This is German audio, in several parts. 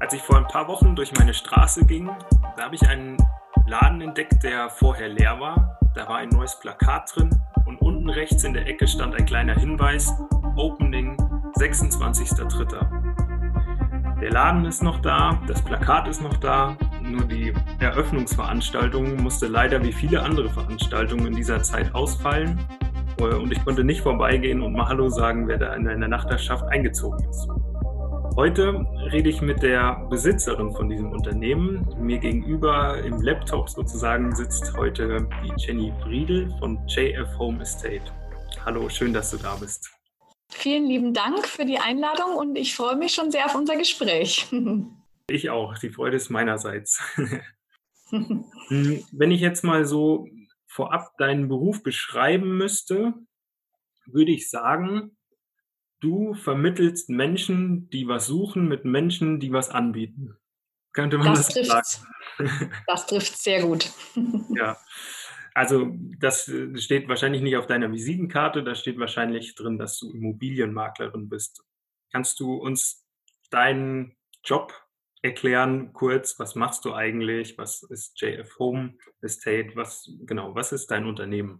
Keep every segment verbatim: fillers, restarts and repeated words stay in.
Als ich vor ein paar Wochen durch meine Straße ging, da habe ich einen Laden entdeckt, der vorher leer war. Da war ein neues Plakat drin und unten rechts in der Ecke stand ein kleiner Hinweis: Opening sechsundzwanzigster dritter Der Laden ist noch da, das Plakat ist noch da, nur die Eröffnungsveranstaltung musste leider wie viele andere Veranstaltungen in dieser Zeit ausfallen. Und ich konnte nicht vorbeigehen und mal Hallo sagen, wer da in der Nachbarschaft eingezogen ist. Heute rede ich mit der Besitzerin von diesem Unternehmen. Mir gegenüber im Laptop sozusagen sitzt heute die Jenny Briedel von J F Home Estate. Hallo, schön, dass du da bist. Vielen lieben Dank für die Einladung und ich freue mich schon sehr auf unser Gespräch. Ich auch, die Freude ist meinerseits. Wenn ich jetzt mal so vorab deinen Beruf beschreiben müsste, würde ich sagen, du vermittelst Menschen, die was suchen, mit Menschen, die was anbieten. Könnte man das, das sagen? Das trifft sehr gut. Ja, also das steht wahrscheinlich nicht auf deiner Visitenkarte, da steht wahrscheinlich drin, dass du Immobilienmaklerin bist. Kannst du uns deinen Job erklären, kurz? Was machst du eigentlich? Was ist J F Home Estate? Was, genau, was ist dein Unternehmen?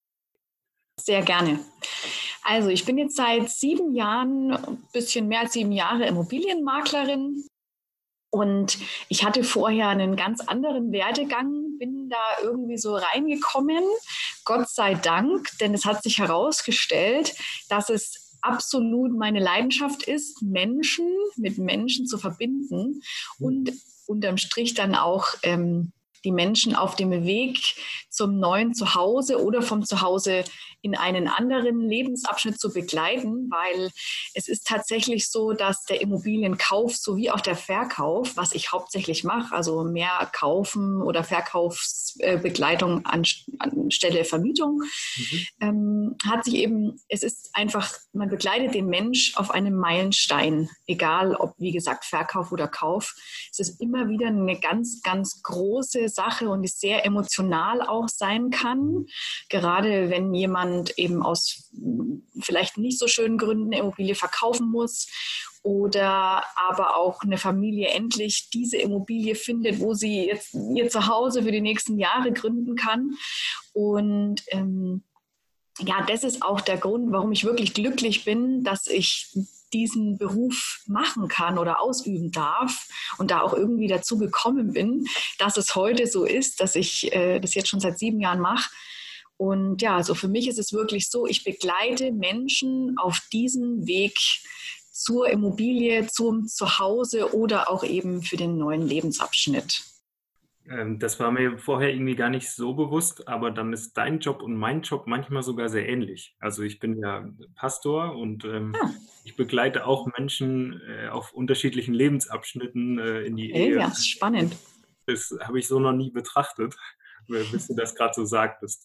Sehr gerne. Also ich bin jetzt seit sieben Jahren, ein bisschen mehr als sieben Jahre Immobilienmaklerin. Und ich hatte vorher einen ganz anderen Werdegang, bin da irgendwie so reingekommen, Gott sei Dank, denn es hat sich herausgestellt, dass es absolut meine Leidenschaft ist, Menschen mit Menschen zu verbinden und unterm Strich dann auch ähm, die Menschen auf dem Weg zum neuen Zuhause oder vom Zuhause in einen anderen Lebensabschnitt zu begleiten, weil es ist tatsächlich so, dass der Immobilienkauf sowie auch der Verkauf, was ich hauptsächlich mache, also mehr Kaufen oder Verkaufsbegleitung an, anstelle Vermietung, mhm. ähm, hat sich eben, es ist einfach, man begleitet den Mensch auf einem Meilenstein, egal ob, wie gesagt, Verkauf oder Kauf. Es ist immer wieder eine ganz, ganz große Sache und die sehr emotional auch sein kann, gerade wenn jemand eben aus vielleicht nicht so schönen Gründen eine Immobilie verkaufen muss oder aber auch eine Familie endlich diese Immobilie findet, wo sie jetzt ihr Zuhause für die nächsten Jahre gründen kann. Und ähm, ja, das ist auch der Grund, warum ich wirklich glücklich bin, dass ich diesen Beruf machen kann oder ausüben darf und da auch irgendwie dazu gekommen bin, dass es heute so ist, dass ich äh, das jetzt schon seit sieben Jahren mache. Und ja, also für mich ist es wirklich so, ich begleite Menschen auf diesem Weg zur Immobilie, zum Zuhause oder auch eben für den neuen Lebensabschnitt. Das war mir vorher irgendwie gar nicht so bewusst, aber dann ist dein Job und mein Job manchmal sogar sehr ähnlich. Also ich bin ja Pastor und ähm, ja. ich begleite auch Menschen äh, auf unterschiedlichen Lebensabschnitten äh, in die okay, Ehe. Ja, das ist spannend. Das habe ich so noch nie betrachtet, bis du das gerade so sagtest.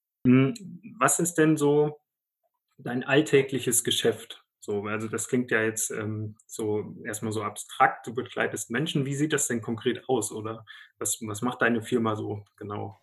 Was ist denn so dein alltägliches Geschäft? So, also das klingt ja jetzt ähm, so erstmal so abstrakt, du begleitest Menschen. Wie sieht das denn konkret aus? Oder was, was macht deine Firma so genau?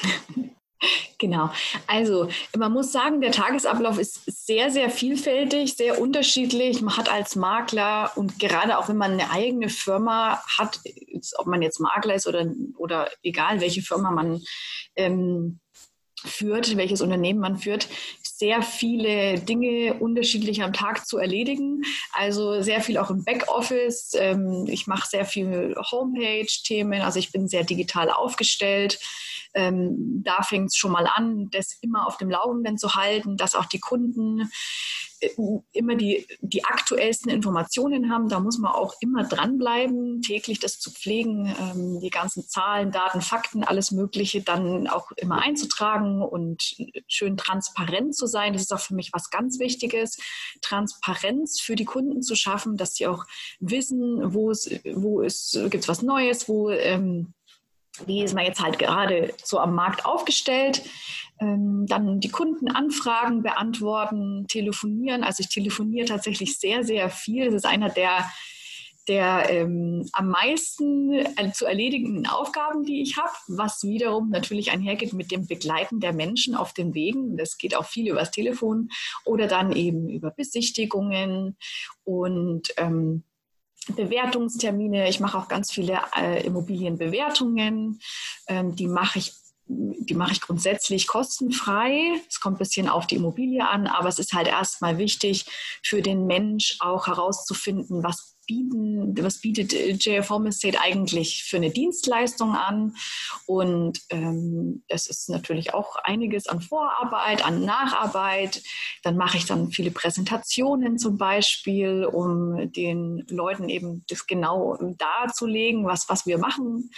Genau. Also man muss sagen, der Tagesablauf ist sehr, sehr vielfältig, sehr unterschiedlich. Man hat als Makler und gerade auch wenn man eine eigene Firma hat, ob man jetzt Makler ist oder, oder egal, welche Firma man ähm, führt, welches Unternehmen man führt, sehr viele Dinge unterschiedlich am Tag zu erledigen. Also sehr viel auch im Backoffice. Ich mache sehr viel Homepage-Themen, also ich bin sehr digital aufgestellt. Da fängt es schon mal an, das immer auf dem Laufenden zu halten, dass auch die Kunden immer die, die aktuellsten Informationen haben. Da muss man auch immer dranbleiben, täglich das zu pflegen, die ganzen Zahlen, Daten, Fakten, alles Mögliche dann auch immer einzutragen und schön transparent zu sein. Das ist auch für mich was ganz Wichtiges, Transparenz für die Kunden zu schaffen, dass sie auch wissen, wo es, wo es gibt es was Neues, wo ähm, wie ist man jetzt halt gerade so am Markt aufgestellt, ähm, dann die Kundenanfragen beantworten, telefonieren. Also ich telefoniere tatsächlich sehr, sehr viel. Das ist einer der, der ähm, am meisten äh, zu erledigenden Aufgaben, die ich habe, was wiederum natürlich einhergeht mit dem Begleiten der Menschen auf den Wegen. Das geht auch viel übers Telefon oder dann eben über Besichtigungen und ähm, Bewertungstermine. Ich mache auch ganz viele äh, Immobilienbewertungen. Ähm, die mache ich Die mache ich grundsätzlich kostenfrei. Es kommt ein bisschen auf die Immobilie an, aber es ist halt erstmal wichtig für den Mensch auch herauszufinden, was bieten, was bietet J F Home Estate eigentlich für eine Dienstleistung an. Und ähm, das ist natürlich auch einiges an Vorarbeit, an Nacharbeit. Dann mache ich dann viele Präsentationen zum Beispiel, um den Leuten eben das genau darzulegen, was, was wir machen.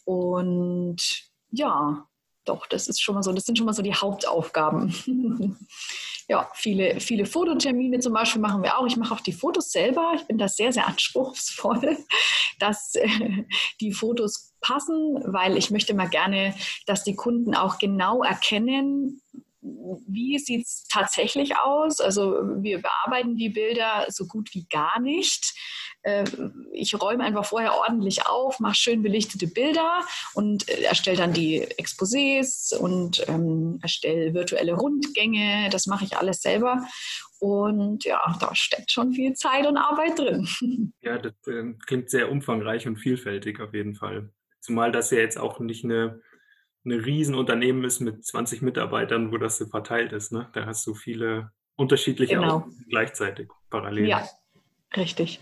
Und ja, doch, das ist schon mal so, das sind schon mal so die Hauptaufgaben. Ja, viele, viele Fototermine zum Beispiel machen wir auch. Ich mache auch die Fotos selber. Ich bin da sehr, sehr anspruchsvoll, dass äh, die Fotos passen, weil ich möchte mal gerne, dass die Kunden auch genau erkennen, wie sieht es tatsächlich aus. Also wir bearbeiten die Bilder so gut wie gar nicht. Ich räume einfach vorher ordentlich auf, mache schön belichtete Bilder und erstelle dann die Exposés und ähm, erstelle virtuelle Rundgänge. Das mache ich alles selber. Und ja, da steckt schon viel Zeit und Arbeit drin. Ja, das äh, klingt sehr umfangreich und vielfältig auf jeden Fall. Zumal das ja jetzt auch nicht eine, eine Riesenunternehmen ist mit zwanzig Mitarbeitern, wo das so verteilt ist. Ne? Da hast du viele unterschiedliche Genau. Aufgaben gleichzeitig, parallel. Ja, richtig.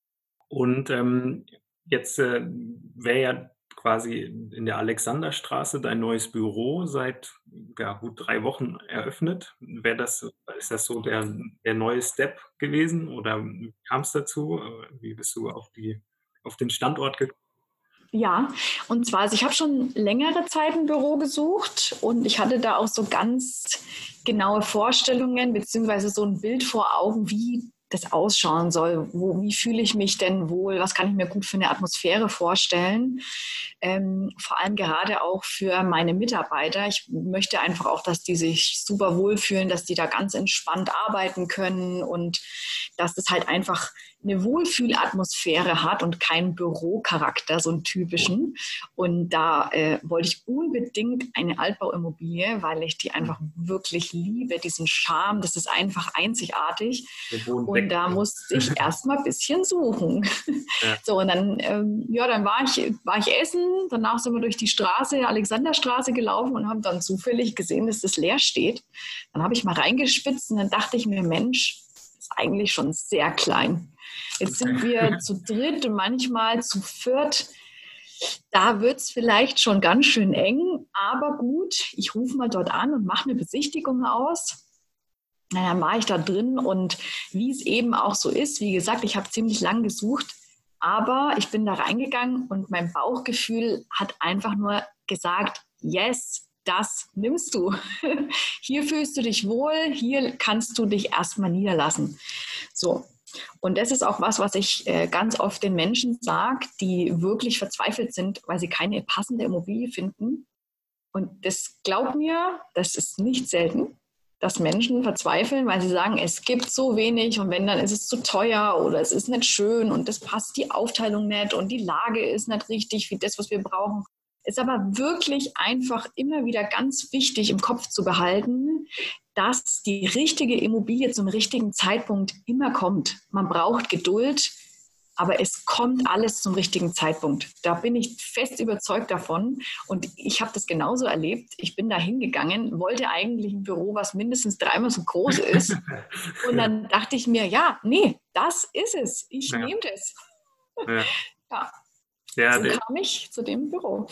Und ähm, jetzt äh, wäre ja quasi in der Alexanderstraße dein neues Büro seit ja, gut drei Wochen eröffnet. Wäre das, ist das so der, der neue Step gewesen oder wie kam es dazu? Wie bist du auf die, auf den Standort gekommen? Ja, und zwar, also ich habe schon längere Zeit ein Büro gesucht und ich hatte da auch so ganz genaue Vorstellungen beziehungsweise so ein Bild vor Augen, wie das ausschauen soll. Wo, wie fühle ich mich denn wohl? Was kann ich mir gut für eine Atmosphäre vorstellen? Ähm, vor allem gerade auch für meine Mitarbeiter. Ich möchte einfach auch, dass die sich super wohlfühlen, dass die da ganz entspannt arbeiten können und dass es halt einfach eine Wohlfühlatmosphäre hat und keinen Bürocharakter, so einen typischen. Und da äh, wollte ich unbedingt eine Altbauimmobilie, weil ich die einfach wirklich liebe, diesen Charme. Das ist einfach einzigartig. Und da musste ich erstmal ein bisschen suchen. Ja. So, und dann, ähm, ja, dann war ich, war ich essen. Danach sind wir durch die Straße, Alexanderstraße gelaufen und haben dann zufällig gesehen, dass das leer steht. Dann habe ich mal reingespitzt und dann dachte ich mir, Mensch, das ist eigentlich schon sehr klein. Jetzt sind wir zu dritt und manchmal zu viert. Da wird es vielleicht schon ganz schön eng, aber gut, ich rufe mal dort an und mache eine Besichtigung aus. Na, dann war ich da drin und wie es eben auch so ist, wie gesagt, ich habe ziemlich lang gesucht, aber ich bin da reingegangen und mein Bauchgefühl hat einfach nur gesagt, yes, das nimmst du. Hier fühlst du dich wohl, hier kannst du dich erstmal niederlassen. So. Und das ist auch was, was ich äh, ganz oft den Menschen sage, die wirklich verzweifelt sind, weil sie keine passende Immobilie finden. Und das, glaub mir, das ist nicht selten, dass Menschen verzweifeln, weil sie sagen, es gibt so wenig und wenn, dann ist es zu teuer oder es ist nicht schön und das passt die Aufteilung nicht und die Lage ist nicht richtig wie das, was wir brauchen. Ist aber wirklich einfach immer wieder ganz wichtig im Kopf zu behalten, dass die richtige Immobilie zum richtigen Zeitpunkt immer kommt. Man braucht Geduld, aber es kommt alles zum richtigen Zeitpunkt. Da bin ich fest überzeugt davon und ich habe das genauso erlebt. Ich bin da hingegangen, wollte eigentlich ein Büro, was mindestens dreimal so groß ist und dann dachte ich mir, ja, nee, das ist es. Ich ja. nehme das. Ja. ja. Ja, so kam ich zu dem Büro.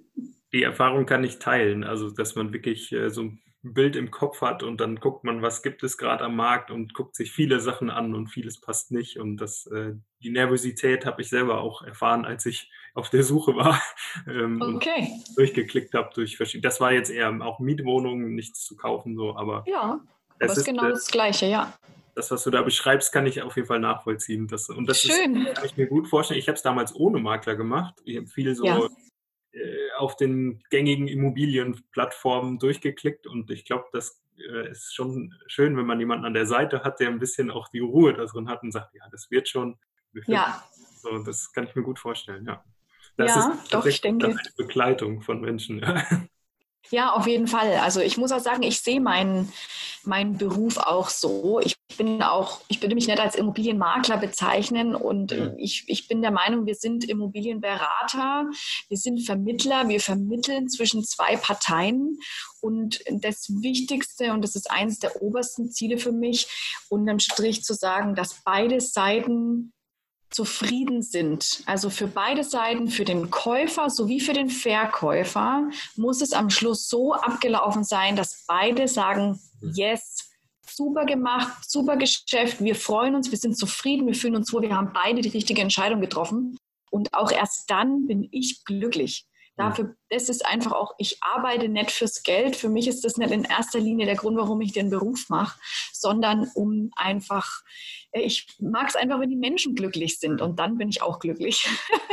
Die Erfahrung kann ich teilen, also dass man wirklich äh, so ein Bild im Kopf hat und dann guckt man, was gibt es gerade am Markt und guckt sich viele Sachen an und vieles passt nicht und das, äh, die Nervosität habe ich selber auch erfahren, als ich auf der Suche war ähm, okay. und durchgeklickt habe durch verschiedene. Das war jetzt eher auch Mietwohnungen, nichts zu kaufen, so, aber ja, aber es ist genau das Gleiche, ja. Das, was du da beschreibst, kann ich auf jeden Fall nachvollziehen. Das, und das Schön. Ist, kann ich mir gut vorstellen. Ich habe es damals ohne Makler gemacht. Ich habe viel so ja. äh, auf den gängigen Immobilienplattformen durchgeklickt und ich glaube, das äh, ist schon schön, wenn man jemanden an der Seite hat, der ein bisschen auch die Ruhe da drin hat und sagt, ja, das wird schon. Ja. So, das kann ich mir gut vorstellen, ja. Das ja, ist doch, ich denke. eine Begleitung von Menschen. Ja, auf jeden Fall. Also ich muss auch sagen, ich sehe meinen mein Beruf auch so. Ich bin auch, ich würde mich nicht als Immobilienmakler bezeichnen und Mhm. ich, ich bin der Meinung, wir sind Immobilienberater, wir sind Vermittler, wir vermitteln zwischen zwei Parteien und das Wichtigste und das ist eines der obersten Ziele für mich, unterm Strich zu sagen, dass beide Seiten zufrieden sind. Also für beide Seiten, für den Käufer sowie für den Verkäufer, muss es am Schluss so abgelaufen sein, dass beide sagen, yes, super gemacht, super Geschäft, wir freuen uns, wir sind zufrieden, wir fühlen uns wohl, wir haben beide die richtige Entscheidung getroffen. Und auch erst dann bin ich glücklich. Dafür, das ist einfach auch, ich arbeite nicht fürs Geld. Für mich ist das nicht in erster Linie der Grund, warum ich den Beruf mache, sondern um einfach, ich mag es einfach, wenn die Menschen glücklich sind und dann bin ich auch glücklich.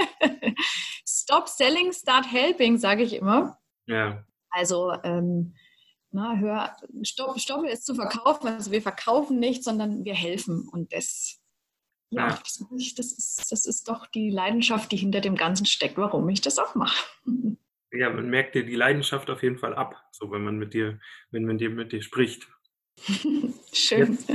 Stop selling, start helping, sage ich immer. Ja. Also, ähm, na, hör, stopp, stoppe es zu verkaufen. Also wir verkaufen nicht, sondern wir helfen und das Ja, Ja. das, das, ist, das ist doch die Leidenschaft, die hinter dem Ganzen steckt, warum ich das auch mache. Ja, man merkt dir die Leidenschaft auf jeden Fall ab, so wenn man mit dir, wenn man dir mit dir spricht. Schön. Jetzt,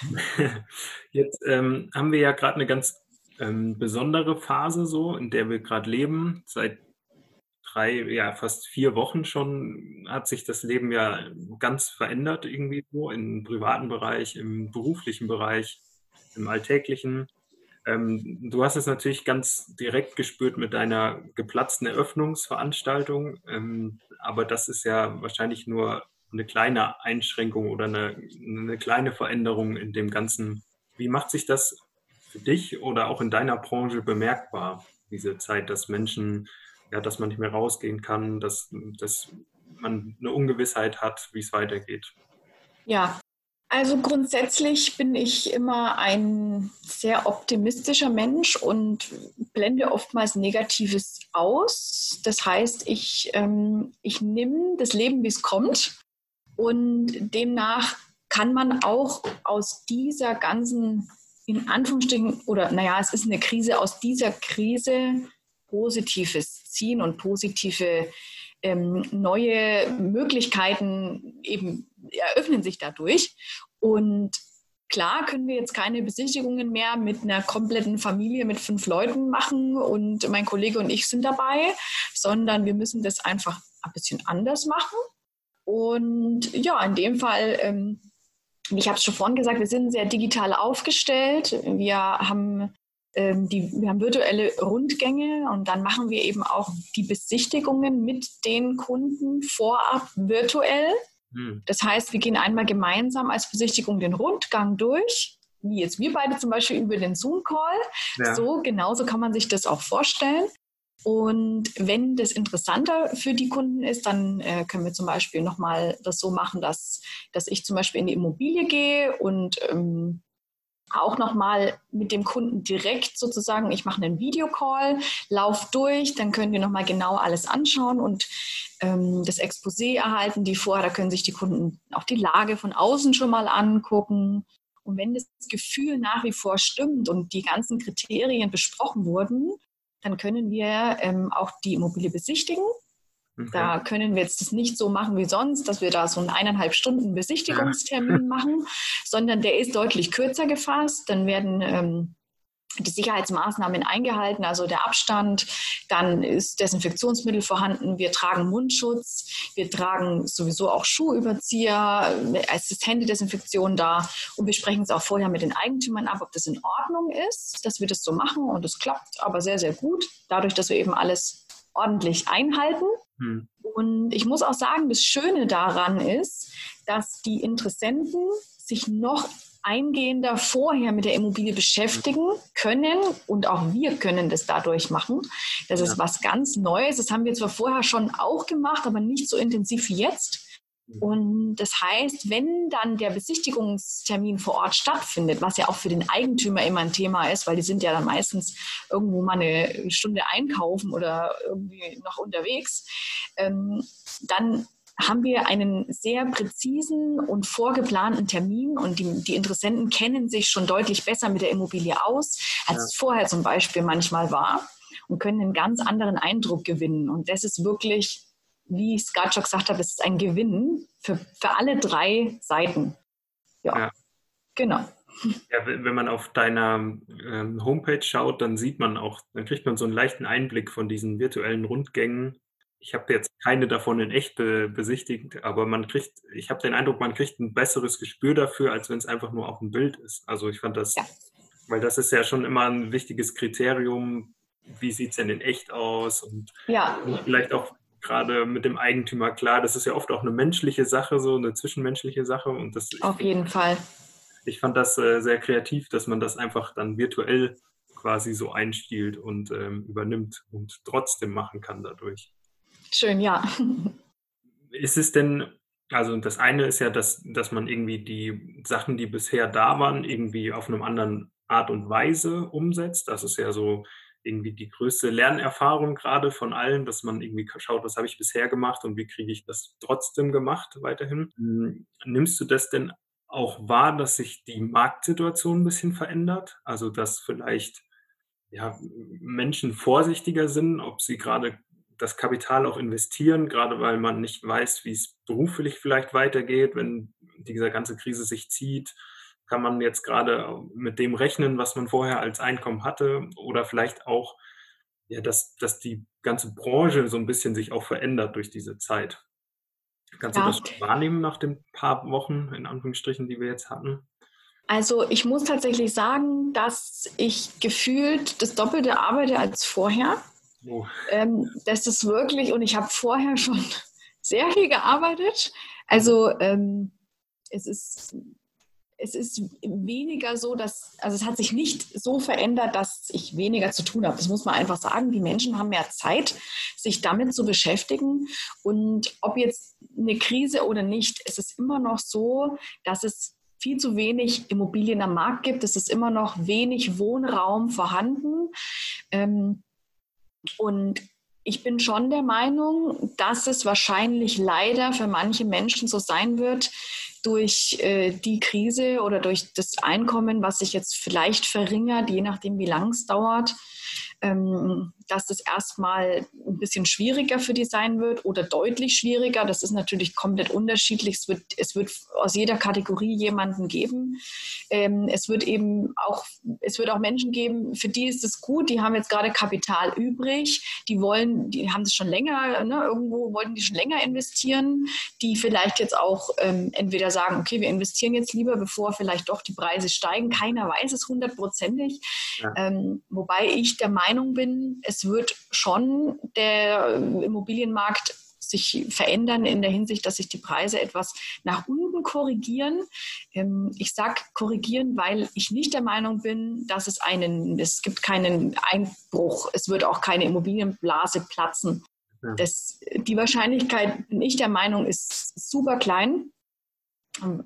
jetzt ähm, haben wir ja gerade eine ganz ähm, besondere Phase so, in der wir gerade leben. Seit drei, ja fast vier Wochen schon hat sich das Leben ja ganz verändert irgendwie so im privaten Bereich, im beruflichen Bereich, im Alltäglichen. Ähm, du hast es natürlich ganz direkt gespürt mit deiner geplatzten Eröffnungsveranstaltung, ähm, aber das ist ja wahrscheinlich nur eine kleine Einschränkung oder eine, eine kleine Veränderung in dem Ganzen. Wie macht sich das für dich oder auch in deiner Branche bemerkbar, diese Zeit, dass Menschen, ja, dass man nicht mehr rausgehen kann, dass, dass man eine Ungewissheit hat, wie es weitergeht? Ja, also grundsätzlich bin ich immer ein sehr optimistischer Mensch und blende oftmals Negatives aus. Das heißt, ich, ähm, ich nehme das Leben, wie es kommt und demnach kann man auch aus dieser ganzen, in Anführungsstrichen, oder naja, es ist eine Krise, aus dieser Krise Positives ziehen und positive ähm, neue Möglichkeiten eben eröffnen sich dadurch. Und klar können wir jetzt keine Besichtigungen mehr mit einer kompletten Familie mit fünf Leuten machen und mein Kollege und ich sind dabei, sondern wir müssen das einfach ein bisschen anders machen. Und ja, in dem Fall, ähm, ich habe es schon vorhin gesagt, wir sind sehr digital aufgestellt. Wir haben ähm, die, wir haben virtuelle Rundgänge und dann machen wir eben auch die Besichtigungen mit den Kunden vorab virtuell. Hm. Das heißt, wir gehen einmal gemeinsam als Besichtigung den Rundgang durch, wie jetzt wir beide zum Beispiel über den Zoom-Call. Ja. So, genauso kann man sich das auch vorstellen. Und wenn das interessanter für die Kunden ist, dann äh, können wir zum Beispiel nochmal das so machen, dass, dass ich zum Beispiel in die Immobilie gehe und ähm, auch nochmal mit dem Kunden direkt sozusagen, ich mache einen Videocall, lauf durch, dann können wir nochmal genau alles anschauen und ähm, das Exposé erhalten, die vorher, da können sich die Kunden auch die Lage von außen schon mal angucken. Und wenn das Gefühl nach wie vor stimmt und die ganzen Kriterien besprochen wurden, dann können wir ähm, auch die Immobilie besichtigen. Okay. Da können wir jetzt das nicht so machen wie sonst, dass wir da so einen eineinhalb Stunden Besichtigungstermin ja. machen, sondern der ist deutlich kürzer gefasst. Dann werden ähm, die Sicherheitsmaßnahmen eingehalten, also der Abstand, dann ist Desinfektionsmittel vorhanden, wir tragen Mundschutz, wir tragen sowieso auch Schuhüberzieher, es ist Händedesinfektion da und wir sprechen es auch vorher mit den Eigentümern ab, ob das in Ordnung ist, dass wir das so machen und es klappt aber sehr, sehr gut, dadurch, dass wir eben alles ordentlich einhalten. Hm. Und ich muss auch sagen, das Schöne daran ist, dass die Interessenten sich noch eingehender vorher mit der Immobilie beschäftigen können und auch wir können das dadurch machen. Das ist ja. was ganz Neues. Das haben wir zwar vorher schon auch gemacht, aber nicht so intensiv wie jetzt. Und das heißt, wenn dann der Besichtigungstermin vor Ort stattfindet, was ja auch für den Eigentümer immer ein Thema ist, weil die sind ja dann meistens irgendwo mal eine Stunde einkaufen oder irgendwie noch unterwegs, ähm, dann haben wir einen sehr präzisen und vorgeplanten Termin und die, die Interessenten kennen sich schon deutlich besser mit der Immobilie aus, als ja. es vorher zum Beispiel manchmal war und können einen ganz anderen Eindruck gewinnen. Und das ist wirklich, wie ich es gerade schon gesagt habe, es ist ein Gewinn für, für alle drei Seiten. Ja, Ja. genau. Ja, we wenn man auf deiner, ähm, Homepage schaut, dann sieht man auch dann kriegt man so 'n leichten Einblick von diesen virtuellen Rundgängen. Ich habe jetzt keine davon in echt be besichtigt, aber man kriegt ich habe den Eindruck, man kriegt 'n besseres Gespür dafür, als wenn's einfach nur auf'm Bild ist. Also, ich fand das Ja. weil das ist ja schon immer 'n wichtiges Kriterium. Wie sieht's denn in echt aus? Und Ja. bin ich vielleicht auch grade mit dem Eigentümer klar? Das ist ja oft auch 'ne menschliche Sache so, 'ne zwischenmenschliche Sache und das ich Auf finde jeden Fall. ich fand das, äh, sehr kreativ, dass man das einfach dann virtuell quasi so einstiehlt und, ähm, übernimmt und trotzdem machen kann dadurch. Schön, ja. Ist es denn also, das eine ist ja, dass dass man irgendwie die Sachen, die bisher da waren, irgendwie auf 'nem anderen Art und Weise umsetzt. Das ist ja so irgendwie die größte Lernerfahrung grade von allen, dass man irgendwie k schaut: „Was habe ich bisher gemacht und wie kriege ich das trotzdem gemacht weiterhin?“ Hm, nimmst du das denn auch wahr, dass sich die Marktsituation 'n bisschen verändert? Also, dass vielleicht, ja, M Menschen vorsichtiger sind, ob sie grade das Kapital auch investieren, grade weil man nicht weiß, wie's beruflich vielleicht weitergeht, wenn diese ganze Krise sich zieht. Kann man jetzt grade mit dem rechnen, was man vorher als Einkommen hatte? Oder vielleicht auch, ja, dass dass die ganze Branche so 'n bisschen sich auch verändert durch diese Zeit. Kannst du das Ja. schon wahrnehmen nach den paar Wochen in Anführungsstrichen, die wir jetzt hatten? Also, ich muss tatsächlich sagen, dass ich gefühlt das Doppelte arbeite als vorher. Oh. Ähm, das ist wirklich und ich habe vorher schon sehr viel gearbeitet. Mhm. Also, ähm, es ist es ist weniger so, dass also, es hat sich nicht so verändert, dass ich weniger zu tun habe. Das muss man einfach sagen. Die Menschen haben mehr Zeit, sich damit zu beschäftigen. Und ob jetzt 'ne Krise oder nicht, es ist immer noch so, dass es viel zu wenig Immobilien am Markt gibt. Es ist immer noch wenig Wohnraum vorhanden. Ähm, und ich bin schon der Meinung, dass es wahrscheinlich leider für manche Menschen so sein wird durch, äh, die Krise oder durch das Einkommen, was sich jetzt vielleicht verringert, je nachdem, wie lang es dauert, ähm, dass das erst mal 'n bisschen schwieriger für die sein wird oder deutlich schwieriger. Das ist natürlich komplett unterschiedlich. Es wird es wird aus jeder Kategorie jemanden geben. Ähm, es wird eben auch es wird auch Menschen geben, für die ist es gut, die haben jetzt grade Kapital übrig. Die wollen die haben das schon länger, ne, irgendwo wollten die schon länger investieren, die vielleicht jetzt auch, ähm, entweder sagen: „Okay, wir investieren jetzt lieber, bevor vielleicht doch die Preise steigen.“ Keiner weiß es hundertprozentig. Ja. Ähm, wobei ich der Meinung bin, es wird schon der Immobilienmarkt sich verändern in der Hinsicht, dass sich die Preise etwas nach unten korrigieren. Ähm, ich sage korrigieren, weil ich nicht der Meinung bin, dass es einen es gibt keinen Einbruch. Es wird auch keine Immobilienblase platzen. Ja. Das die Wahrscheinlichkeit, bin ich der Meinung, ist super klein. Ähm,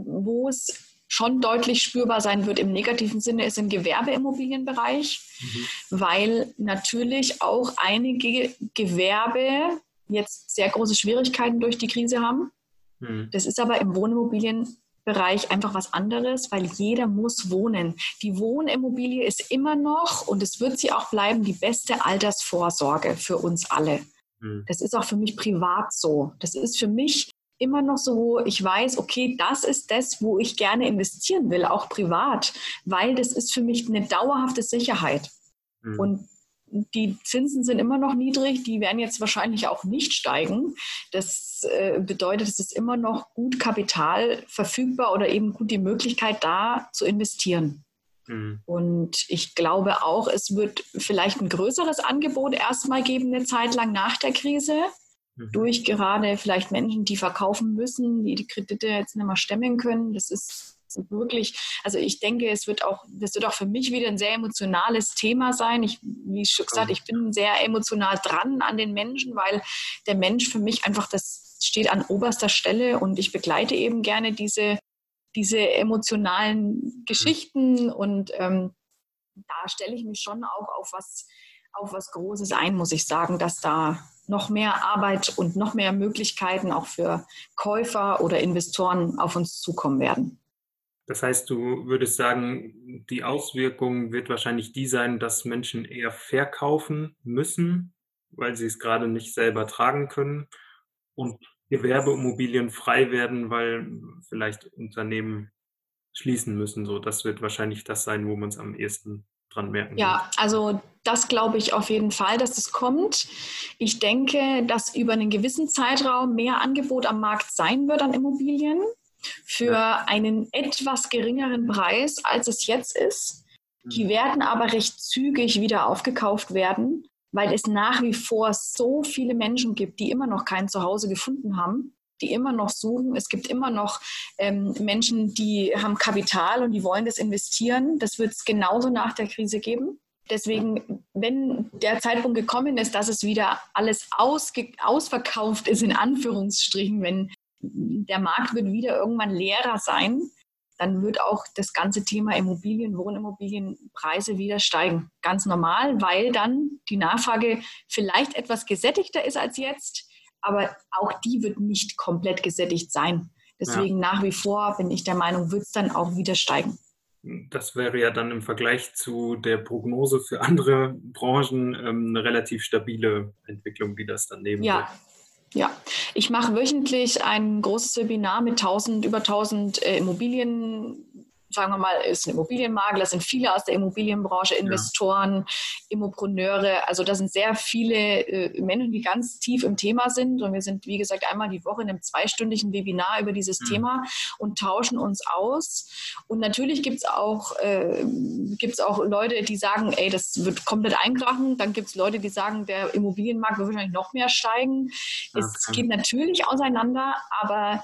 wo es schon deutlich spürbar sein wird im negativen Sinne, ist im Gewerbeimmobilienbereich, Mhm. weil natürlich auch einige Gewerbe jetzt sehr große Schwierigkeiten durch die Krise haben. Mhm. Das ist aber im Wohnimmobilienbereich einfach was anderes, weil jeder muss wohnen. Die Wohnimmobilie ist immer noch und es wird sie auch bleiben, die beste Altersvorsorge für uns alle. Mhm. Das ist auch für mich privat so. Das ist für mich immer noch so, wo ich weiß, okay, das ist das, wo ich gerne investieren will, auch privat, weil das ist für mich 'ne dauerhafte Sicherheit. Mhm. Und die Zinsen sind immer noch niedrig, die werden jetzt wahrscheinlich auch nicht steigen. Das, äh, bedeutet, es ist immer noch gut Kapital verfügbar oder eben gut die Möglichkeit da zu investieren. Mhm. Und ich glaube auch, es wird vielleicht 'n größeres Angebot erst mal geben 'ne Zeit lang nach der Krise, Mhm. durch gerade vielleicht Menschen, die verkaufen müssen, die die Kredite jetzt nicht mehr stemmen können. Das ist wirklich also, ich denke, es wird auch das wird auch für mich wieder 'n sehr emotionales Thema sein. Ich wie schon gesagt, ich bin sehr emotional dran an den Menschen, weil der Mensch für mich einfach das steht an oberster Stelle und ich begleite eben gerne diese diese emotionalen Mhm. Geschichten und, ähm, da stelle ich mich schon auch auf was auf was Großes ein, muss ich sagen, dass da noch mehr Arbeit und noch mehr Möglichkeiten auch für Käufer oder Investoren auf uns zukommen werden. Das heißt, du würdest sagen, die Auswirkung wird wahrscheinlich die sein, dass Menschen eher verkaufen müssen, weil sie's grade nicht selber tragen können und Gewerbeimmobilien frei werden, weil vielleicht Unternehmen schließen müssen. So, das wird wahrscheinlich das sein, wo man es am ehesten dran merken wird. Ja, also das glaube ich auf jeden Fall, dass es kommt. Ich denke, dass über einen gewissen Zeitraum mehr Angebot am Markt sein wird an Immobilien für Ja. einen etwas geringeren Preis, als es jetzt ist. Die werden aber recht zügig wieder aufgekauft werden, weil es nach wie vor so viele Menschen gibt, die immer noch kein Zuhause gefunden haben, die immer noch suchen. Es gibt immer noch ähm, Menschen, die haben Kapital und die wollen das investieren. Das wird es genauso nach der Krise geben. Deswegen, wenn der Zeitpunkt gekommen ist, dass es wieder alles ausge- ausverkauft ist, in Anführungsstrichen, wenn der Markt wird wieder irgendwann leerer sein, dann wird auch das ganze Thema Immobilien, Wohnimmobilienpreise wieder steigen. Ganz normal, weil dann die Nachfrage vielleicht etwas gesättigter ist als jetzt, aber auch die wird nicht komplett gesättigt sein. Deswegen ja. Nach wie vor bin ich der Meinung, wird es dann auch wieder steigen. Das wäre ja dann im Vergleich zu der Prognose für andere Branchen ähm, eine relativ stabile Entwicklung, wie das dann nehmen ja. wird. Ja, ich mache wöchentlich ein großes Webinar mit tausend, über tausend äh, Immobilien, sagen wir mal, ist ein Immobilienmakler, das sind viele aus der Immobilienbranche, Investoren, ja. Immopreneure, also das sind sehr viele äh, Menschen, die ganz tief im Thema sind und wir sind, wie gesagt, einmal die Woche in einem zweistündigen Webinar über dieses mhm. Thema und tauschen uns aus und natürlich gibt es auch, äh, gibt's auch Leute, die sagen, ey, das wird komplett einkrachen, dann gibt es Leute, die sagen, der Immobilienmarkt wird wahrscheinlich noch mehr steigen. Okay. Es geht natürlich auseinander, aber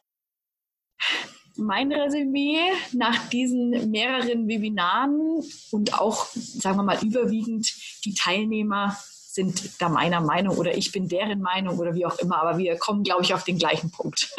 mein Resümee nach diesen mehreren Webinaren und auch, sagen wir mal, überwiegend die Teilnehmer sind da meiner Meinung oder ich bin deren Meinung oder wie auch immer, aber wir kommen, glaube ich, auf den gleichen Punkt.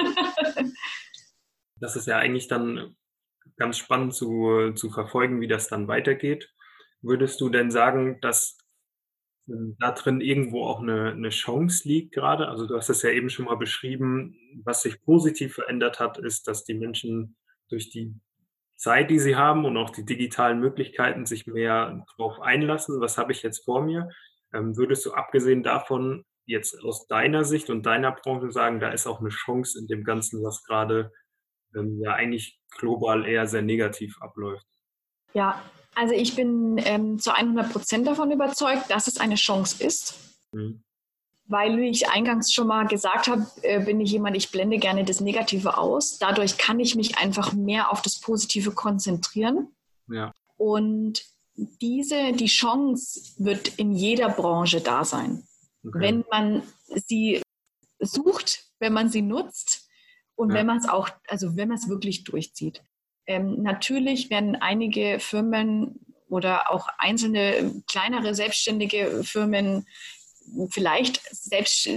Das ist ja eigentlich dann ganz spannend zu, zu verfolgen, wie das dann weitergeht. Würdest du denn sagen, dass da drin irgendwo auch eine, eine Chance liegt gerade? Also du hast es ja eben schon mal beschrieben, was sich positiv verändert hat, ist, dass die Menschen durch die Zeit, die sie haben und auch die digitalen Möglichkeiten sich mehr darauf einlassen, was habe ich jetzt vor mir? Ähm, würdest du abgesehen davon jetzt aus deiner Sicht und deiner Branche sagen, da ist auch eine Chance in dem Ganzen, was gerade ähm, ja eigentlich global eher sehr negativ abläuft? Ja, also ich bin ähm, zu hundert Prozent davon überzeugt, dass es eine Chance ist. Mhm. Weil, wie ich eingangs schon mal gesagt habe, äh, bin ich jemand, ich blende gerne das Negative aus. Dadurch kann ich mich einfach mehr auf das Positive konzentrieren. Ja. Und diese, die Chance wird in jeder Branche da sein. Okay. Wenn man sie sucht, wenn man sie nutzt und ja. wenn man es auch, also wenn man es wirklich durchzieht. Ähm, natürlich werden einige Firmen oder auch einzelne kleinere selbstständige Firmen vielleicht selbst,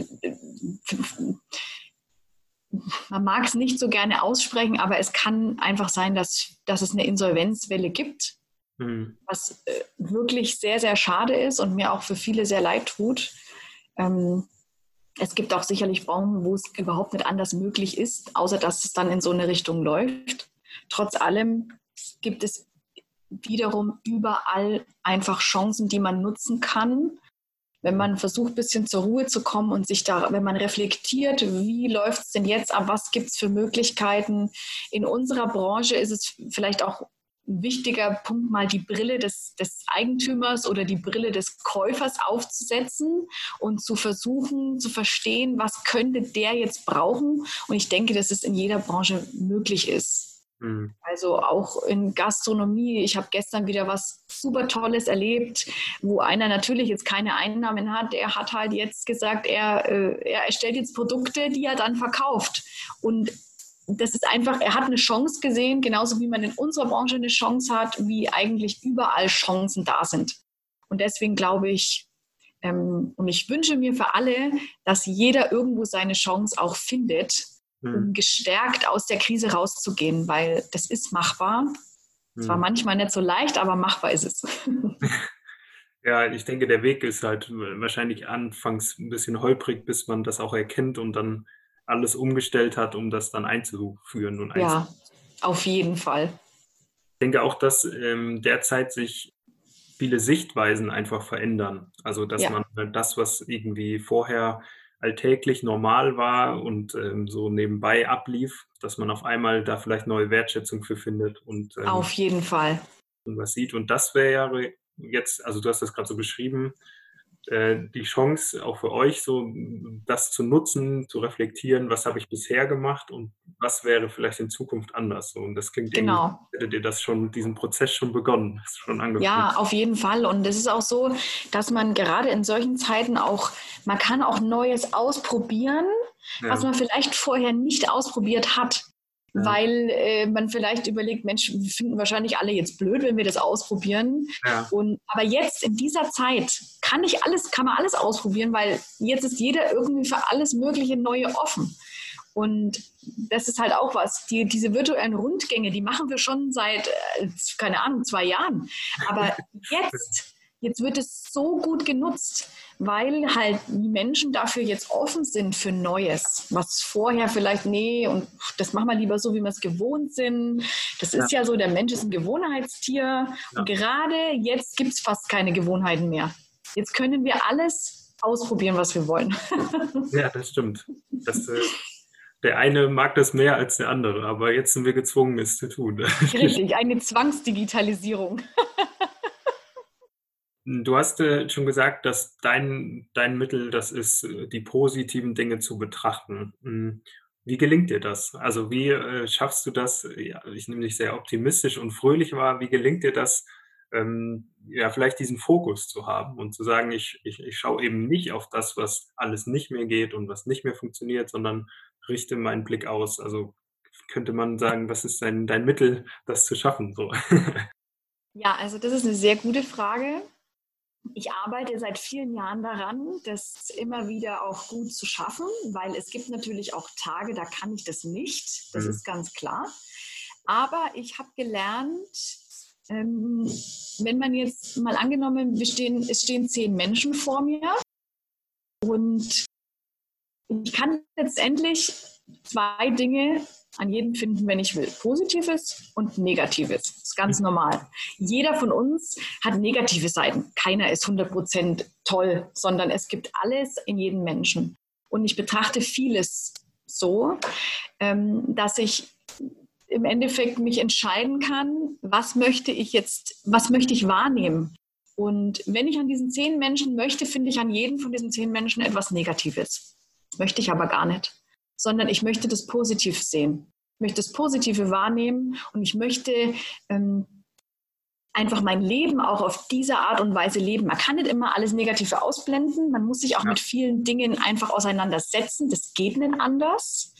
man mag es nicht so gerne aussprechen, aber es kann einfach sein, dass, dass es eine Insolvenzwelle gibt, mhm. was äh, wirklich sehr, sehr schade ist und mir auch für viele sehr leid tut. Ähm, es gibt auch sicherlich Branchen, wo es überhaupt nicht anders möglich ist, außer dass es dann in so eine Richtung läuft. Trotz allem gibt es wiederum überall einfach Chancen, die man nutzen kann, wenn man versucht, ein bisschen zur Ruhe zu kommen und sich da, wenn man reflektiert, wie läuft es denn jetzt ab, was gibt es für Möglichkeiten. In unserer Branche ist es vielleicht auch ein wichtiger Punkt, mal die Brille des, des Eigentümers oder die Brille des Käufers aufzusetzen und zu versuchen, zu verstehen, was könnte der jetzt brauchen. Und ich denke, dass es in jeder Branche möglich ist. Also auch in Gastronomie. Ich habe gestern wieder was super Tolles erlebt, wo einer natürlich jetzt keine Einnahmen hat. Er hat halt jetzt gesagt, er, äh, er erstellt jetzt Produkte, die er dann verkauft. Und das ist einfach, er hat eine Chance gesehen, genauso wie man in unserer Branche eine Chance hat, wie eigentlich überall Chancen da sind. Und deswegen glaube ich, ähm, und ich wünsche mir für alle, dass jeder irgendwo seine Chance auch findet, um gestärkt aus der Krise rauszugehen, weil das ist machbar. Hm. Zwar manchmal nicht so leicht, aber machbar ist es. Ja, ich denke, der Weg ist halt wahrscheinlich anfangs ein bisschen holprig, bis man das auch erkennt und dann alles umgestellt hat, um das dann einzuführen. Und ja, auf jeden Fall. Ich denke auch, dass ähm, derzeit sich viele Sichtweisen einfach verändern. Also, dass ja. man das, was irgendwie vorher alltäglich normal war und ähm, so nebenbei ablief, dass man auf einmal da vielleicht neue Wertschätzung für findet und, ähm, Auf jeden Fall. und was sieht. Und das wäre ja jetzt, also du hast das gerade so beschrieben, äh, die Chance auch für euch, so m, das zu nutzen, zu reflektieren, was habe ich bisher gemacht und was wäre vielleicht in Zukunft anders. So, und das klingt irgendwie, so, Genau. als hättet ihr das schon, diesen Prozess schon begonnen, hast schon angefangen. Ja, auf jeden Fall. Und es ist auch so, dass man gerade in solchen Zeiten auch, man kann auch Neues ausprobieren, was Ja, man vielleicht vorher nicht ausprobiert hat. ja, Weil äh, man vielleicht überlegt, Mensch, wir finden wahrscheinlich alle jetzt blöd, wenn wir das ausprobieren. ja, Und, aber jetzt in dieser Zeit kann ich alles, kann man alles ausprobieren, weil jetzt ist jeder irgendwie für alles Mögliche Neue offen. Und das ist halt auch was. Die, diese virtuellen Rundgänge, die machen wir schon seit, äh, keine Ahnung, zwei Jahren. Aber jetzt, jetzt wird es so gut genutzt, weil halt die Menschen dafür jetzt offen sind für Neues, was vorher vielleicht, nee, und das machen wir lieber so, wie wir es gewohnt sind. Das ist ja, ja so, der Mensch ist ein Gewohnheitstier. Und ja. gerade jetzt gibt es fast keine Gewohnheiten mehr. Jetzt können wir alles ausprobieren, was wir wollen. Ja, das stimmt. Das, äh, der eine mag das mehr als der andere, aber jetzt sind wir gezwungen, es zu tun. Richtig, eine Zwangsdigitalisierung. Du hast äh, schon gesagt, dass dein, dein Mittel das ist, äh, die positiven Dinge zu betrachten. Hm, Wie gelingt dir das? Also wie äh, schaffst du das? Ja, ich nehme dich sehr optimistisch und fröhlich wahr. Wie gelingt dir das, ähm, ja, vielleicht diesen Fokus zu haben und zu sagen, ich, ich, ich schaue eben nicht auf das, was alles nicht mehr geht und was nicht mehr funktioniert, sondern richte meinen Blick aus. Also könnte man sagen, was ist dein, dein Mittel, das zu schaffen? So. Ja, also das ist eine sehr gute Frage. Ich arbeite seit vielen Jahren daran, das immer wieder auch gut zu schaffen, weil es gibt natürlich auch Tage, da kann ich das nicht. Das Hm, ist ganz klar. Aber ich habe gelernt, ähm, wenn man jetzt mal angenommen, wir stehen, es stehen zehn Menschen vor mir und ich kann letztendlich zwei Dinge an jedem finden, wenn ich will. Positives und Negatives. Das ist ganz normal. Jeder von uns hat negative Seiten. Keiner ist hundert Prozent toll, sondern es gibt alles in jedem Menschen. Und ich betrachte vieles so, ähm, dass ich im Endeffekt mich entscheiden kann, was möchte ich jetzt, was möchte ich wahrnehmen. Und wenn ich an diesen zehn Menschen möchte, finde ich an jedem von diesen zehn Menschen etwas Negatives. Das möchte ich aber gar nicht, sondern ich möchte das Positiv sehen. Ich möchte das Positive wahrnehmen und ich möchte ähm, einfach mein Leben auch auf diese Art und Weise leben. Man kann nicht immer alles Negative ausblenden. Man muss sich auch ja. mit vielen Dingen einfach auseinandersetzen. Das geht nicht anders.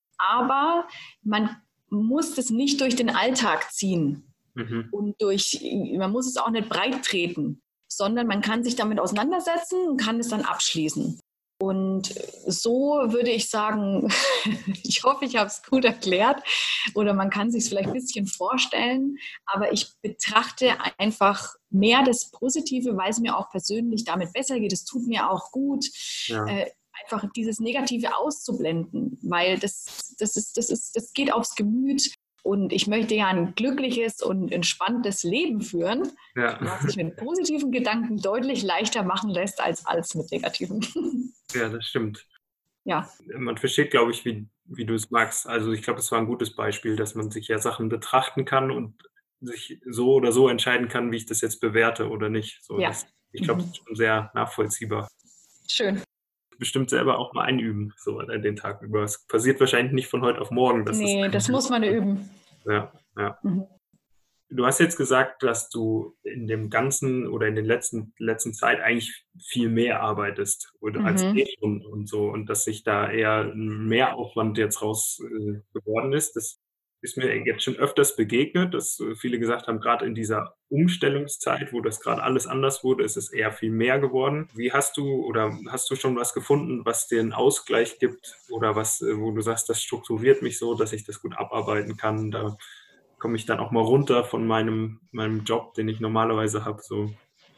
Aber man muss das nicht durch den Alltag ziehen Mhm. und durch, man muss es auch nicht breit treten, sondern man kann sich damit auseinandersetzen und kann es dann abschließen. Und so würde ich sagen, ich hoffe, ich habe es gut erklärt oder man kann sich es vielleicht ein bisschen vorstellen, aber ich betrachte einfach mehr das Positive, weil es mir auch persönlich damit besser geht. Es tut mir auch gut, Ja. äh, einfach dieses Negative auszublenden, weil das, das, ist, das, ist, das geht aufs Gemüt. Und ich möchte ja ein glückliches und entspanntes Leben führen, Ja. was sich mit positiven Gedanken deutlich leichter machen lässt als, als mit negativen. Ja, das stimmt. Ja, Man versteht, glaube ich, wie wie du es magst. Also, ich glaube, es war ein gutes Beispiel, dass man sich ja Sachen betrachten kann und sich so oder so entscheiden kann, wie ich das jetzt bewerte oder nicht. So, ja. das ich glaube, das Mhm. ist schon sehr nachvollziehbar. Schön. Bestimmt selber auch mal einüben, so an den Tag über. Es passiert wahrscheinlich nicht von heute auf morgen, dass es Nee, das muss man üben. ja, ja. Mhm. Du hast jetzt gesagt, dass du in dem ganzen oder in den letzten letzten Zeit eigentlich viel mehr arbeitest oder als Mhm. eh schon und so und dass sich da eher 'n Mehraufwand jetzt raus äh, geworden ist. Das ist mir jetzt schon öfters begegnet, dass, äh, viele gesagt haben, grad in dieser Umstellungszeit, wo das grad alles anders wurde, ist es eher viel mehr geworden. Wie hast du oder hast du schon was gefunden, was dir 'n Ausgleich gibt oder was, äh, wo du sagst: „Das strukturiert mich so, dass ich das gut abarbeiten kann. Da komme ich dann auch mal runter von meinem meinem Job, den ich normalerweise habe, so.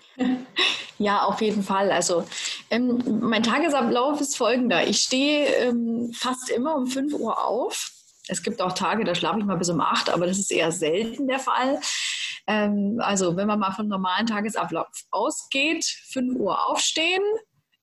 Ja, auf jeden Fall. Also ähm, mein Tagesablauf ist folgender. Ich stehe ähm, fast immer um fünf Uhr auf. Es gibt auch Tage, da schlafe ich mal bis um acht, aber das ist eher selten der Fall. Ähm, also wenn man mal vom normalen Tagesablauf ausgeht, fünf Uhr aufstehen,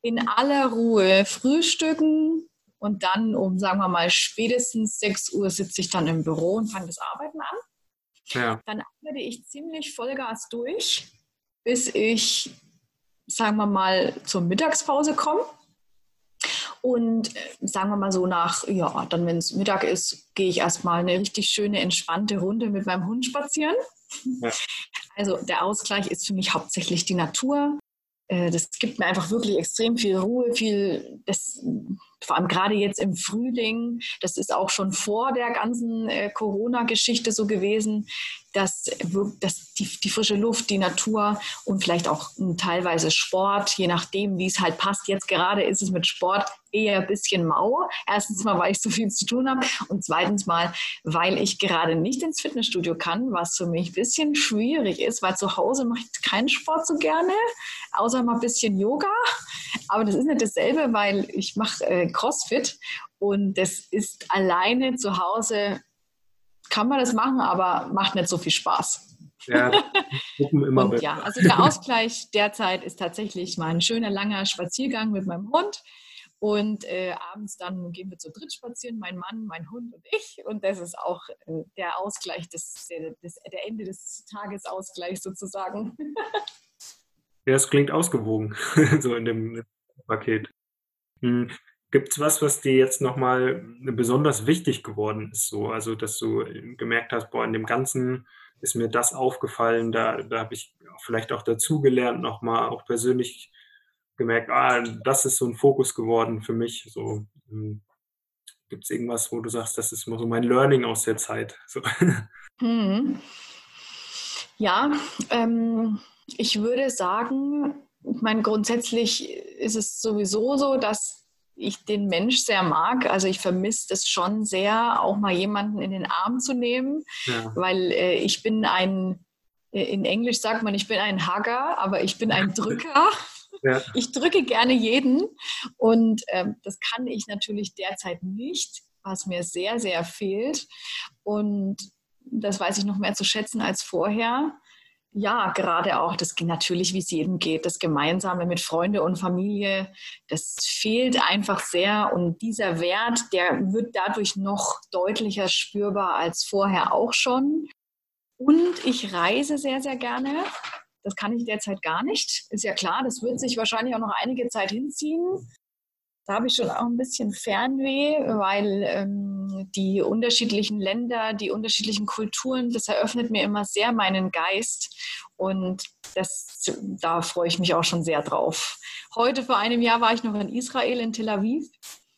in aller Ruhe frühstücken und dann um, sagen wir mal, spätestens sechs Uhr sitze ich dann im Büro und fange das Arbeiten an. Ja. Dann arbeite ich ziemlich Vollgas durch, bis ich, sagen wir mal, zur Mittagspause komme. Und äh, sagen wir mal so nach, ja, dann wenn es Mittag ist, gehe ich erstmal eine richtig schöne, entspannte Runde mit meinem Hund spazieren. Ja. Also der Ausgleich ist für mich hauptsächlich die Natur. Äh, das gibt mir einfach wirklich extrem viel Ruhe, viel, das, vor allem gerade jetzt im Frühling, das ist auch schon vor der ganzen äh, Corona-Geschichte so gewesen, dass, dass die, die frische Luft, die Natur und vielleicht auch m, teilweise Sport, je nachdem, wie es halt passt. Jetzt gerade ist es mit Sport eher ein bisschen mau. Erstens mal, weil ich so viel zu tun habe und zweitens mal, weil ich gerade nicht ins Fitnessstudio kann, was für mich ein bisschen schwierig ist, weil zu Hause mache ich keinen Sport so gerne, außer mal ein bisschen Yoga. Aber das ist nicht dasselbe, weil ich mache äh, CrossFit und das ist alleine zu Hause, kann man das machen, aber macht nicht so viel Spaß. Ja, Gruppen immer Und besser. ja, also der Ausgleich derzeit ist tatsächlich mal ein schöner, langer Spaziergang mit meinem Hund. Und äh, abends dann gehen wir zu dritt spazieren, mein Mann, mein Hund und ich. Und das ist auch äh, der Ausgleich, des, der, des, der Ende des Tagesausgleichs sozusagen. Ja, es klingt ausgewogen, so in dem Paket. Hm, gibt's was, was dir jetzt noch mal besonders wichtig geworden ist so? Also, dass du gemerkt hast: „Boah, in dem Ganzen ist mir das aufgefallen, da da habe ich vielleicht auch dazugelernt noch mal, auch persönlich gemerkt, ah, das ist so 'n Fokus geworden für mich“, so, hm. Gibt's irgendwas, wo du sagst: „Das ist mal so mein Learning aus der Zeit“, so? Mhm. Ja, ähm, ich würde sagen, ich meine, grundsätzlich ist es sowieso so, dass ich den Mensch sehr mag. Also ich vermisse es schon sehr, auch mal jemanden in den Arm zu nehmen, Ja. weil äh, ich bin ein, äh, in Englisch sagt man, ich bin ein Hugger, aber ich bin ein Drücker. Ja. Ich drücke gerne jeden und ähm, das kann ich natürlich derzeit nicht, was mir sehr, sehr fehlt. Und das weiß ich noch mehr zu schätzen als vorher. Ja, gerade auch, das geht natürlich, wie es jedem geht, das Gemeinsame mit Freunde und Familie, das fehlt einfach sehr. Und dieser Wert, der wird dadurch noch deutlicher spürbar als vorher auch schon. Und ich reise sehr, sehr gerne. Das kann ich derzeit gar nicht. Ist ja klar, das wird sich wahrscheinlich auch noch einige Zeit hinziehen. Da habe ich schon auch ein bisschen Fernweh, weil ähm, die unterschiedlichen Länder, die unterschiedlichen Kulturen, das eröffnet mir immer sehr meinen Geist. Und das, da freue ich mich auch schon sehr drauf. Heute vor einem Jahr war ich noch in Israel, in Tel Aviv.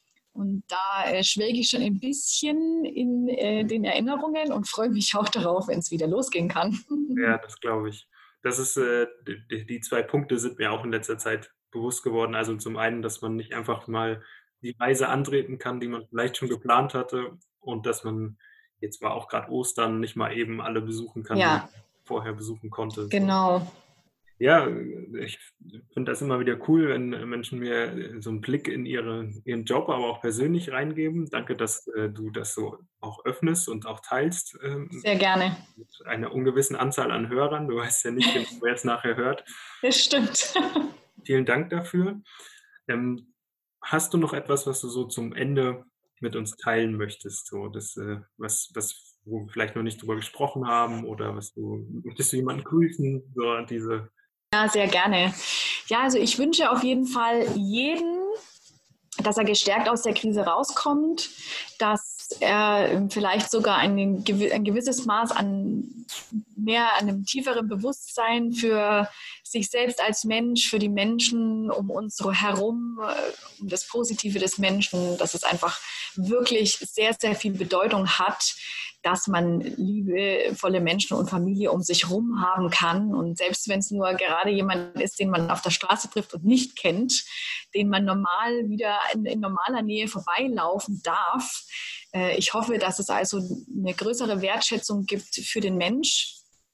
Und da äh, schwelge ich schon ein bisschen in äh, den Erinnerungen und freue mich auch darauf, wenn es wieder losgehen kann. Ja, das glaube ich. Das ist, äh, d die zwei Punkte sind mir auch in letzter Zeit bewusst geworden. Also, zum einen, dass man nicht einfach mal die Reise antreten kann, die man vielleicht schon geplant hatte und dass man jetzt war auch grad Ostern, nicht mal eben alle besuchen kann, die man Ja, vorher besuchen konnte, so. genau. Ja, äh, ich finde das immer wieder cool, wenn äh, Menschen mir äh, so 'n Blick in ihre ihren Job, aber auch persönlich reingeben. Danke, dass, äh, du das so auch öffnest und auch teilst, ähm, Sehr gerne. mit einer ungewissen Anzahl an Hörern. Du weißt ja nicht genau, wer es nachher hört. Das stimmt. Vielen Dank dafür. Ähm, hast du noch etwas, was du so zum Ende mit uns teilen möchtest, so das, äh, was was wo wir vielleicht noch nicht drüber gesprochen haben oder was du möchtest du jemanden grüßen, so diese Ja, sehr gerne. Ja, also ich wünsche auf jeden Fall jedem, dass er gestärkt aus der Krise rauskommt, dass er vielleicht sogar ein, ein gewisses Maß an mehr an einem tieferen Bewusstsein für sich selbst als Mensch, für die Menschen um uns herum, um das Positive des Menschen, dass es einfach wirklich sehr, sehr viel Bedeutung hat, dass man liebevolle Menschen und Familie um sich herum haben kann. Und selbst wenn es nur gerade jemand ist, den man auf der Straße trifft und nicht kennt, den man normal wieder in, in normaler Nähe vorbeilaufen darf. Äh, ich hoffe, dass es also eine größere Wertschätzung gibt für den Mensch,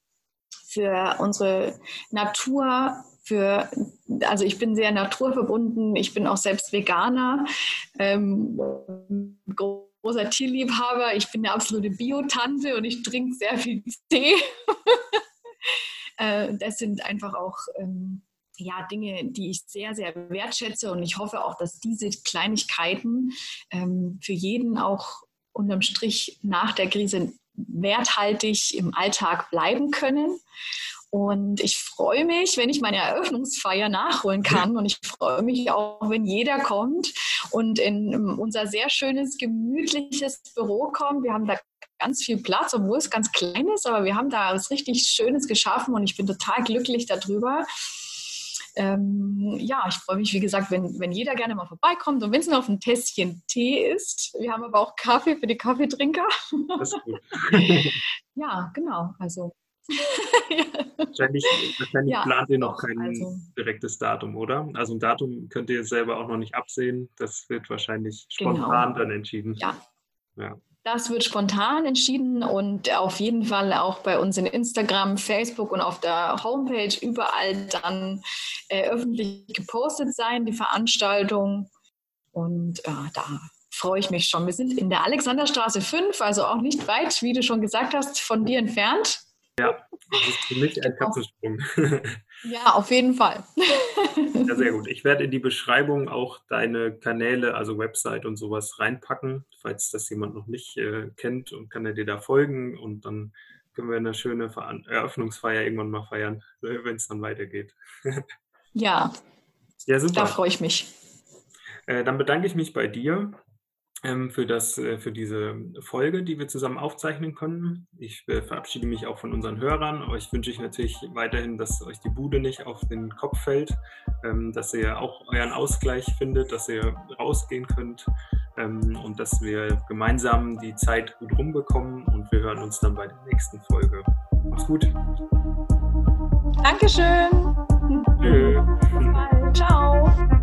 für unsere Natur, für, also ich bin sehr naturverbunden, ich bin auch selbst Veganer, ähm, großer Tierliebhaber, ich bin eine absolute Bio-Tante und ich trinke sehr viel Tee. äh, das sind einfach auch ähm, ja, Dinge, die ich sehr, sehr wertschätze. Und ich hoffe auch, dass diese Kleinigkeiten ähm, für jeden auch unterm Strich nach der Krise werthaltig im Alltag bleiben können. Und ich freue mich, wenn ich meine Eröffnungsfeier nachholen kann. Und ich freue mich auch, wenn jeder kommt und in unser sehr schönes, gemütliches Büro kommt. Wir haben da ganz viel Platz, obwohl es ganz klein ist, aber wir haben da was richtig Schönes geschaffen und ich bin total glücklich darüber. Ähm, ja, ich freue mich, wie gesagt, wenn, wenn jeder gerne mal vorbeikommt und wenn es nur auf ein Tässchen Tee ist. Wir haben aber auch Kaffee für die Kaffeetrinker. Das ist gut. Ja, genau. Also Wahrscheinlich, wahrscheinlich ja, plant ihr noch doch, kein also, direktes Datum, oder? Also ein Datum könnt ihr selber auch noch nicht absehen. Das wird wahrscheinlich genau. spontan dann entschieden. Ja. Ja. Das wird spontan entschieden und auf jeden Fall auch bei uns in Instagram, Facebook und auf der Homepage überall dann äh, öffentlich gepostet sein, die Veranstaltung. Und äh, da freue ich mich schon. Wir sind in der Alexanderstraße fünf, also auch nicht weit, wie du schon gesagt hast, von dir entfernt. Ja, das ist für mich ein Katzensprung. Ja, auf jeden Fall. Ja, sehr gut. Ich werde in die Beschreibung auch deine Kanäle, also Website und sowas reinpacken, falls das jemand noch nicht äh, kennt, und kann er dir da folgen und dann können wir eine schöne Ver- Eröffnungsfeier irgendwann mal feiern, wenn es dann weitergeht. Ja, Ja, da super. freue ich mich. Äh, dann bedanke ich mich bei dir ähm, für das, äh, für diese Folge, die wir zusammen aufzeichnen konnten. Ich äh, verabschiede mich auch von unseren Hörern. Euch wünsche ich natürlich weiterhin, dass euch die Bude nicht auf den Kopf fällt, ähm, dass ihr auch euren Ausgleich findet, dass ihr rausgehen könnt ähm, und dass wir gemeinsam die Zeit gut rumbekommen, und wir hören uns dann bei der nächsten Folge. Macht's gut. Dankeschön. Tschö. Bis bald. Ciao.